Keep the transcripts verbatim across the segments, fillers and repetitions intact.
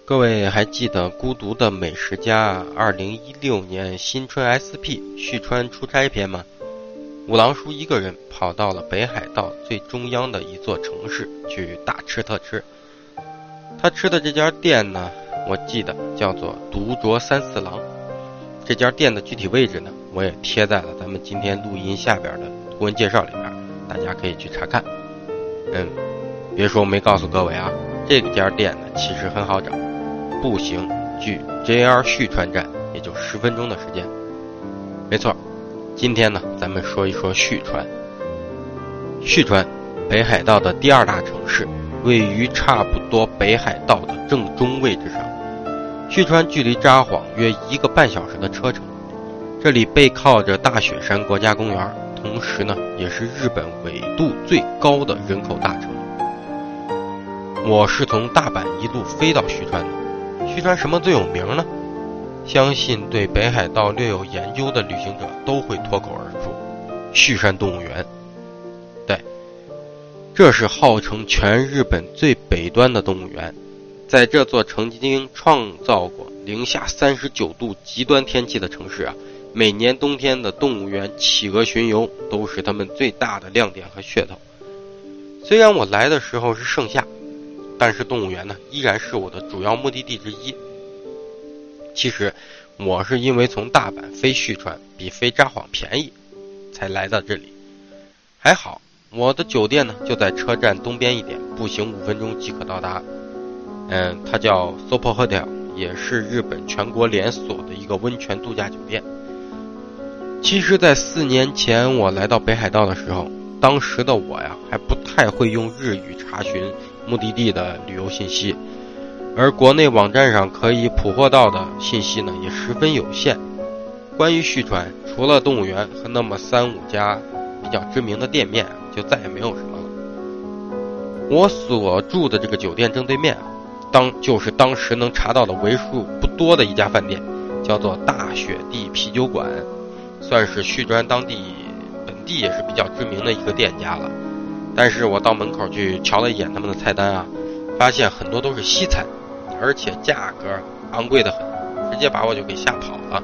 各位还记得孤独的美食家二零一六年新春 S P 旭川出差篇吗？五郎叔一个人跑到了北海道最中央的一座城市去大吃特吃。他吃的这家店呢，我记得叫做独酌三四郎。这家店的具体位置呢，我也贴在了咱们今天录音下边的图文介绍里边，大家可以去查看。嗯，别说我没告诉各位啊，这个家店呢其实很好找，步行距 J R 旭川站也就十分钟的时间。没错，今天呢咱们说一说旭川。旭川，北海道的第二大城市，位于差不多北海道的正中位置上。旭川距离札幌约一个半小时的车程，这里背靠着大雪山国家公园，同时呢也是日本纬度最高的人口大城。我是从大阪一路飞到旭川的。旭川什么最有名呢？相信对北海道略有研究的旅行者都会脱口而出，旭山动物园。对，这是号称全日本最北端的动物园。在这座曾经创造过零下三十九度极端天气的城市啊，每年冬天的动物园企鹅巡游都是他们最大的亮点和噱头。虽然我来的时候是盛夏，但是动物园呢依然是我的主要目的地之一。其实我是因为从大阪飞旭川比飞札幌便宜才来到这里。还好我的酒店呢就在车站东边一点，步行五分钟即可到达。嗯，它叫 Sopo Hotel， 也是日本全国连锁的一个温泉度假酒店。其实在四年前我来到北海道的时候，当时的我呀还不太会用日语查询目的地的旅游信息，而国内网站上可以捕获到的信息呢也十分有限。关于旭川，除了动物园和那么三五家比较知名的店面，就再也没有什么了。我所住的这个酒店正对面啊，当就是当时能查到的为数不多的一家饭店，叫做大雪地啤酒馆，算是旭川当地本地也是比较知名的一个店家了。但是我到门口去瞧了一眼他们的菜单啊，发现很多都是西餐，而且价格昂贵的很，直接把我就给吓跑了。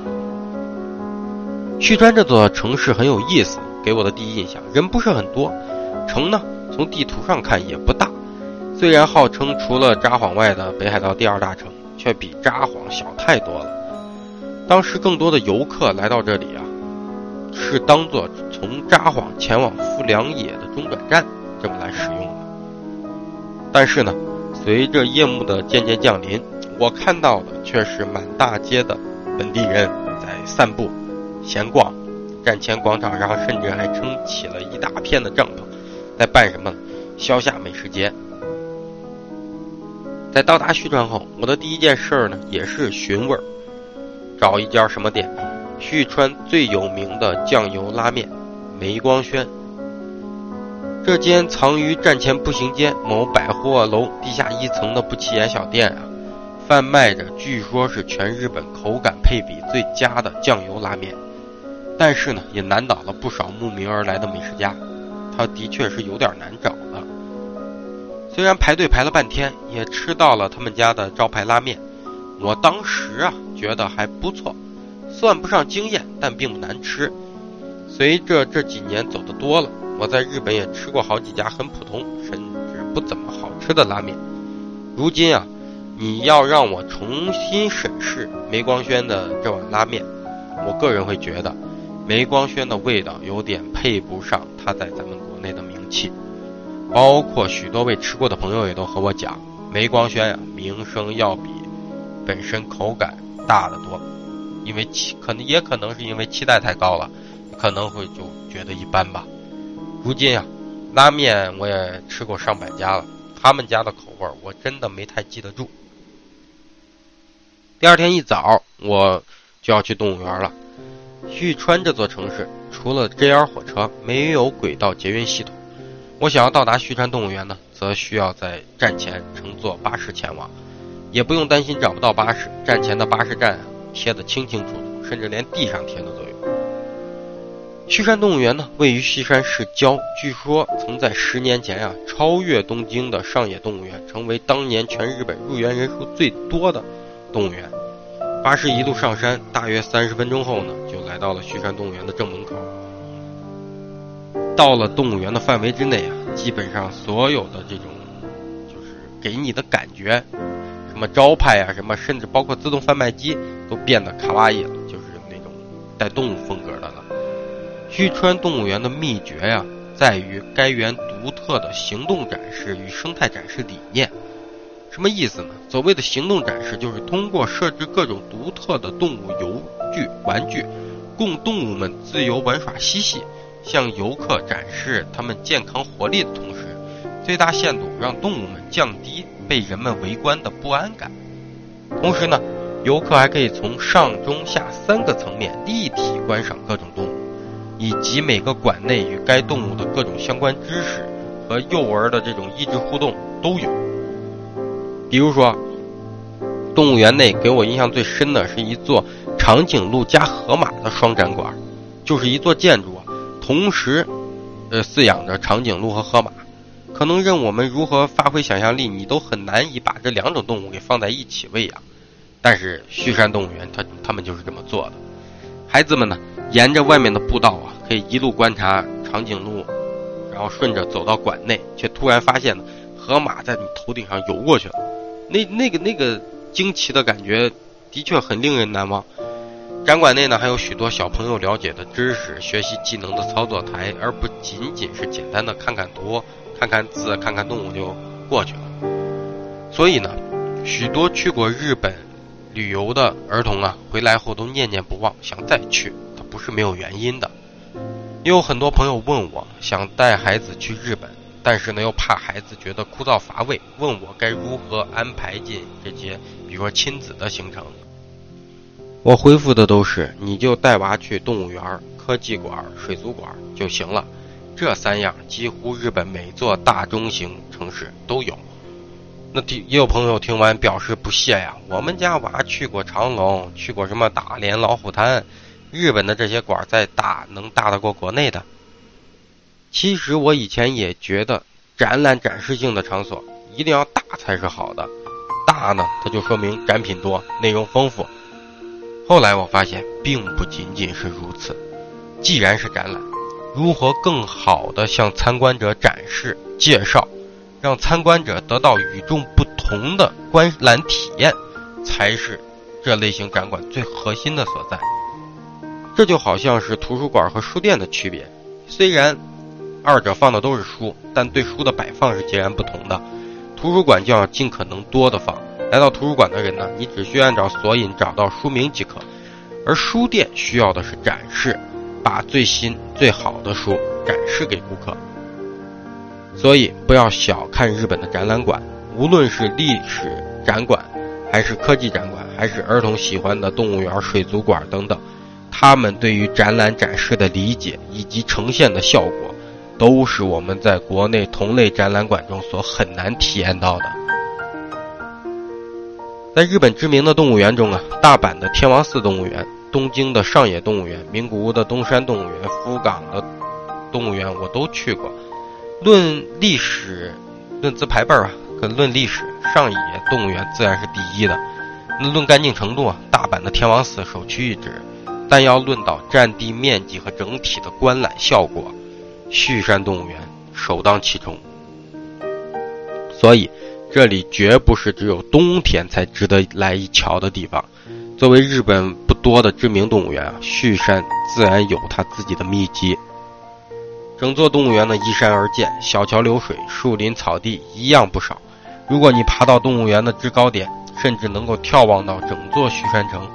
旭川这座城市很有意思，给我的第一印象，人不是很多，城呢从地图上看也不大，虽然号称除了札幌外的北海道第二大城，却比札幌小太多了。当时更多的游客来到这里啊，是当作从札幌前往富良野的中转站这么来使用的。但是呢，随着夜幕的渐渐降临，我看到的却是满大街的本地人在散步闲逛，站前广场上甚至还撑起了一大片的帐篷，在办什么呢？消夏美食节。在到达旭川后，我的第一件事呢也是寻味儿，找一家什么店，旭川最有名的酱油拉面梅光轩。这间藏于站前步行街某百货楼地下一层的不起眼小店啊，贩卖着据说是全日本口感配比最佳的酱油拉面。但是呢也难倒了不少慕名而来的美食家，它的确是有点难找的。虽然排队排了半天，也吃到了他们家的招牌拉面，我当时啊觉得还不错，算不上惊艳，但并不难吃。随着这几年走得多了，我在日本也吃过好几家很普通甚至不怎么好吃的拉面。如今啊，你要让我重新审视梅光轩的这碗拉面，我个人会觉得梅光轩的味道有点配不上它在咱们国内的名气。包括许多位吃过的朋友也都和我讲，梅光轩呀、啊，名声要比本身口感大得多，因为期可能也可能是因为期待太高了，可能会就觉得一般吧。如今啊，拉面我也吃过上百家了，他们家的口味我真的没太记得住。第二天一早我就要去动物园了。旭川这座城市除了 J R 火车没有轨道捷运系统，我想要到达旭川动物园呢，则需要在站前乘坐巴士前往，也不用担心找不到巴士，站前的巴士站贴得清清楚楚，甚至连地上贴的都有。 旭山动物园呢，位于西山市郊，据说曾在十年前呀、啊、超越东京的上野动物园，成为当年全日本入园人数最多的动物园。巴士一路上山，大约三十分钟后呢，就来到了旭山动物园的正门口。到了动物园的范围之内啊，基本上所有的这种就是给你的感觉，什么招牌啊，什么甚至包括自动贩卖机都变得卡哇伊了，就是那种带动物风格的了。旭川动物园的秘诀呀、啊，在于该园独特的行动展示与生态展示理念。什么意思呢？所谓的行动展示，就是通过设置各种独特的动物游具、玩具，供动物们自由玩耍嬉戏，向游客展示它们健康活力的同时，最大限度让动物们降低被人们围观的不安感。同时呢，游客还可以从上中下三个层面立体观赏各种动物，以及每个馆内与该动物的各种相关知识和幼儿的这种益智互动都有。比如说，动物园内给我印象最深的是一座长颈鹿加河马的双展馆，就是一座建筑啊，同时呃饲养着长颈鹿和河马。可能任我们如何发挥想象力，你都很难以把这两种动物给放在一起喂养。但是旭山动物园它他们就是这么做的。孩子们呢，沿着外面的步道啊，可以一路观察长颈鹿，然后顺着走到馆内，却突然发现呢，河马在你头顶上游过去了。那那个那个惊奇的感觉的确很令人难忘。展馆内呢，还有许多小朋友了解的知识、学习技能的操作台，而不仅仅是简单的看看图、看看字、看看动物就过去了。所以呢，许多去过日本旅游的儿童啊，回来后都念念不忘，想再去，它不是没有原因的。也有很多朋友问我，想带孩子去日本，但是呢又怕孩子觉得枯燥乏味，问我该如何安排进这些比如说亲子的行程。我回复的都是，你就带娃去动物园、科技馆、水族馆就行了，这三样几乎日本每座大中型城市都有。那也有朋友听完表示不屑呀，我们家娃去过长隆，去过什么大连老虎滩，日本的这些馆再大能大得过国内的？其实我以前也觉得展览展示性的场所一定要大才是好的，大呢它就说明展品多，内容丰富。后来我发现并不仅仅是如此，既然是展览，如何更好地向参观者展示介绍，让参观者得到与众不同的观览体验，才是这类型展馆最核心的所在。这就好像是图书馆和书店的区别，虽然二者放的都是书，但对书的摆放是截然不同的。图书馆就要尽可能多的放，来到图书馆的人呢，你只需按照索引找到书名即可，而书店需要的是展示，把最新最好的书展示给顾客。所以不要小看日本的展览馆，无论是历史展馆，还是科技展馆，还是儿童喜欢的动物园、水族馆等等，他们对于展览展示的理解以及呈现的效果，都是我们在国内同类展览馆中所很难体验到的。在日本知名的动物园中啊，大阪的天王寺动物园、东京的上野动物园、名古屋的东山动物园、福冈的动物园我都去过。论历史、论资排辈啊，跟论历史，上野动物园自然是第一的。那论干净程度啊，大阪的天王寺首屈一指。但要论到占地面积和整体的观览效果，旭山动物园首当其冲。所以这里绝不是只有冬天才值得来一瞧的地方。作为日本不多的知名动物园啊，旭山自然有它自己的秘籍。整座动物园呢依山而建，小桥流水，树林草地一样不少。如果你爬到动物园的制高点，甚至能够眺望到整座旭山城。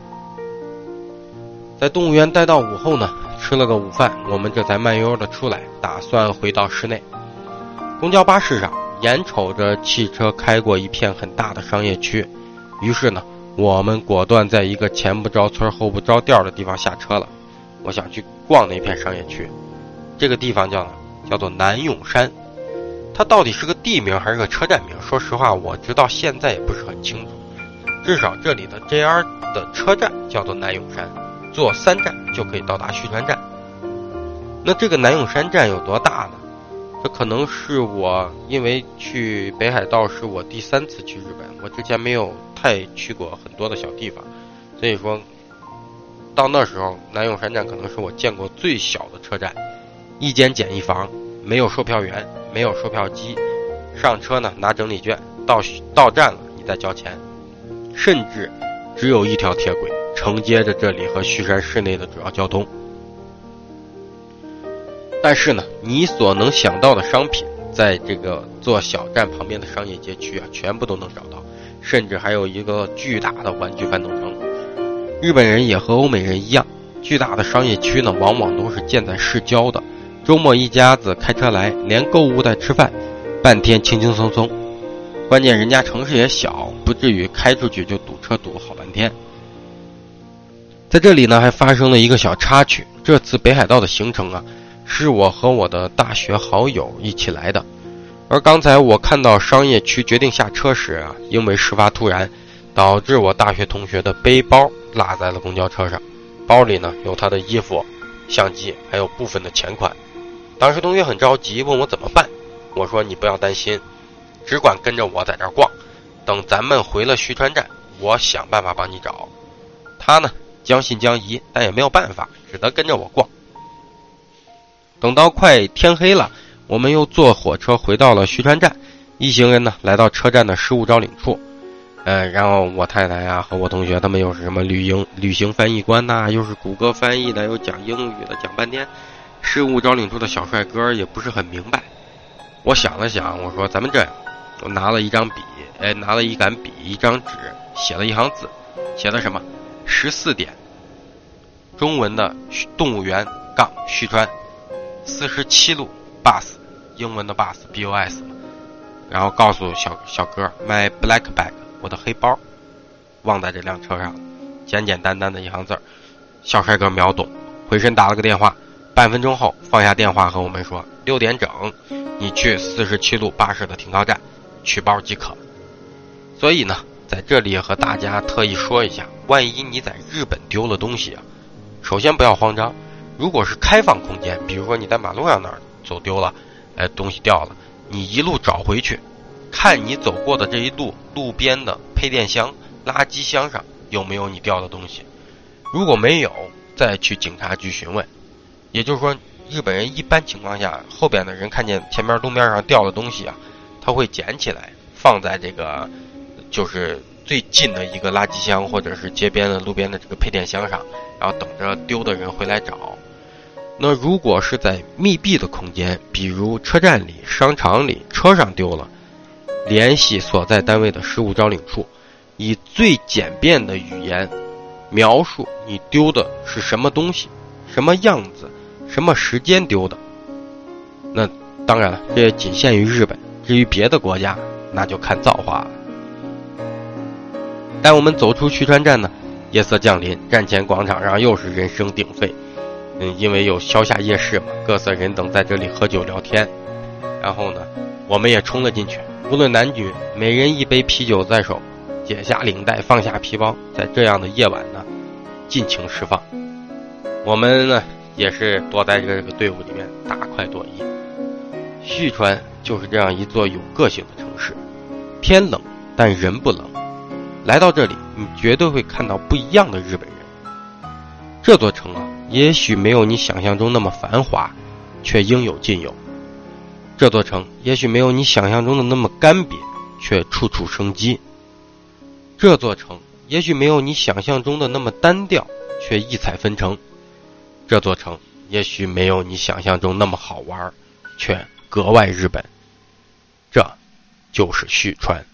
在动物园待到午后呢，吃了个午饭，我们这才慢悠悠的出来，打算回到室内。公交巴士上，眼瞅着汽车开过一片很大的商业区，于是呢，我们果断在一个前不着村后不着店的地方下车了。我想去逛那片商业区，这个地方叫叫做南永山。它到底是个地名还是个车站名？说实话，我直到现在也不是很清楚。至少这里的 J R 的车站叫做南永山，坐三站就可以到达旭川站。 那这个南永山站有多大呢？这可能是我因为去北海道是我第三次去日本，我之前没有太去过很多的小地方，所以说到那时候南永山站可能是我见过最小的车站，一间简易房，没有售票员，没有售票机，上车呢拿整理券，到到站了你再交钱，甚至只有一条铁轨承接着这里和旭山市内的主要交通。但是呢，你所能想到的商品，在这个座小站旁边的商业街区啊，全部都能找到，甚至还有一个巨大的玩具翻斗城。日本人也和欧美人一样，巨大的商业区呢，往往都是建在市郊的。周末一家子开车来，连购物带吃饭，半天轻轻松松。关键人家城市也小，不至于开出去就堵车堵好半天。在这里呢，还发生了一个小插曲。这次北海道的行程啊，是我和我的大学好友一起来的。而刚才我看到商业区决定下车时啊，因为事发突然，导致我大学同学的背包落在了公交车上，包里呢有他的衣服、相机，还有部分的钱款。当时同学很着急，问我怎么办。我说你不要担心，只管跟着我在这儿逛，等咱们回了旭川站，我想办法帮你找。他呢将信将疑，但也没有办法，只得跟着我逛。等到快天黑了，我们又坐火车回到了旭川站，一行人呢来到车站的事务招领处。呃，然后我太太啊和我同学他们又是什么旅行旅行翻译官呐、啊，又是谷歌翻译的，又讲英语的，讲半天。事务招领处的小帅哥也不是很明白。我想了想，我说咱们这样，我拿了一张笔，哎，拿了一杆笔，一张纸，写了一行字，写的什么？十四点，中文的动物园杠旭川，四十七路 bus， 英文的 bus B O S， 然后告诉小小哥 my black bag， 我的黑包忘在这辆车上了，简简单单的一行字。小帅哥秒懂，回身打了个电话，半分钟后放下电话和我们说，六点整你去四十七路巴士的停靠站取包即可。所以呢，在这里和大家特意说一下，万一你在日本丢了东西啊，首先不要慌张。如果是开放空间，比如说你在马路上那儿走丢了，哎，东西掉了，你一路找回去，看你走过的这一路路边的配电箱、垃圾箱上有没有你掉的东西。如果没有，再去警察局询问。也就是说，日本人一般情况下，后边的人看见前面路面上掉的东西啊，他会捡起来放在这个就是最近的一个垃圾箱，或者是街边的路边的这个配电箱上，然后等着丢的人回来找。那如果是在密闭的空间，比如车站里、商场里，车上丢了，联系所在单位的事务招领处，以最简便的语言描述你丢的是什么东西，什么样子，什么时间丢的。那当然了，这也仅限于日本，至于别的国家那就看造化了。带我们走出旭川站呢，夜色降临，站前广场上又是人声鼎沸。嗯，因为有消夏夜市嘛，各色人等在这里喝酒聊天。然后呢，我们也冲了进去，无论男女，每人一杯啤酒在手，解下领带，放下皮包，在这样的夜晚呢，尽情释放。我们呢，也是躲在这个队伍里面大快朵颐。旭川就是这样一座有个性的城市，天冷但人不冷。来到这里，你绝对会看到不一样的日本人。这座城啊，也许没有你想象中那么繁华，却应有尽有。这座城也许没有你想象中的那么干瘪，却处处生机。这座城也许没有你想象中的那么单调，却异彩纷呈。这座城也许没有你想象中那么好玩，却格外日本。这就是旭川。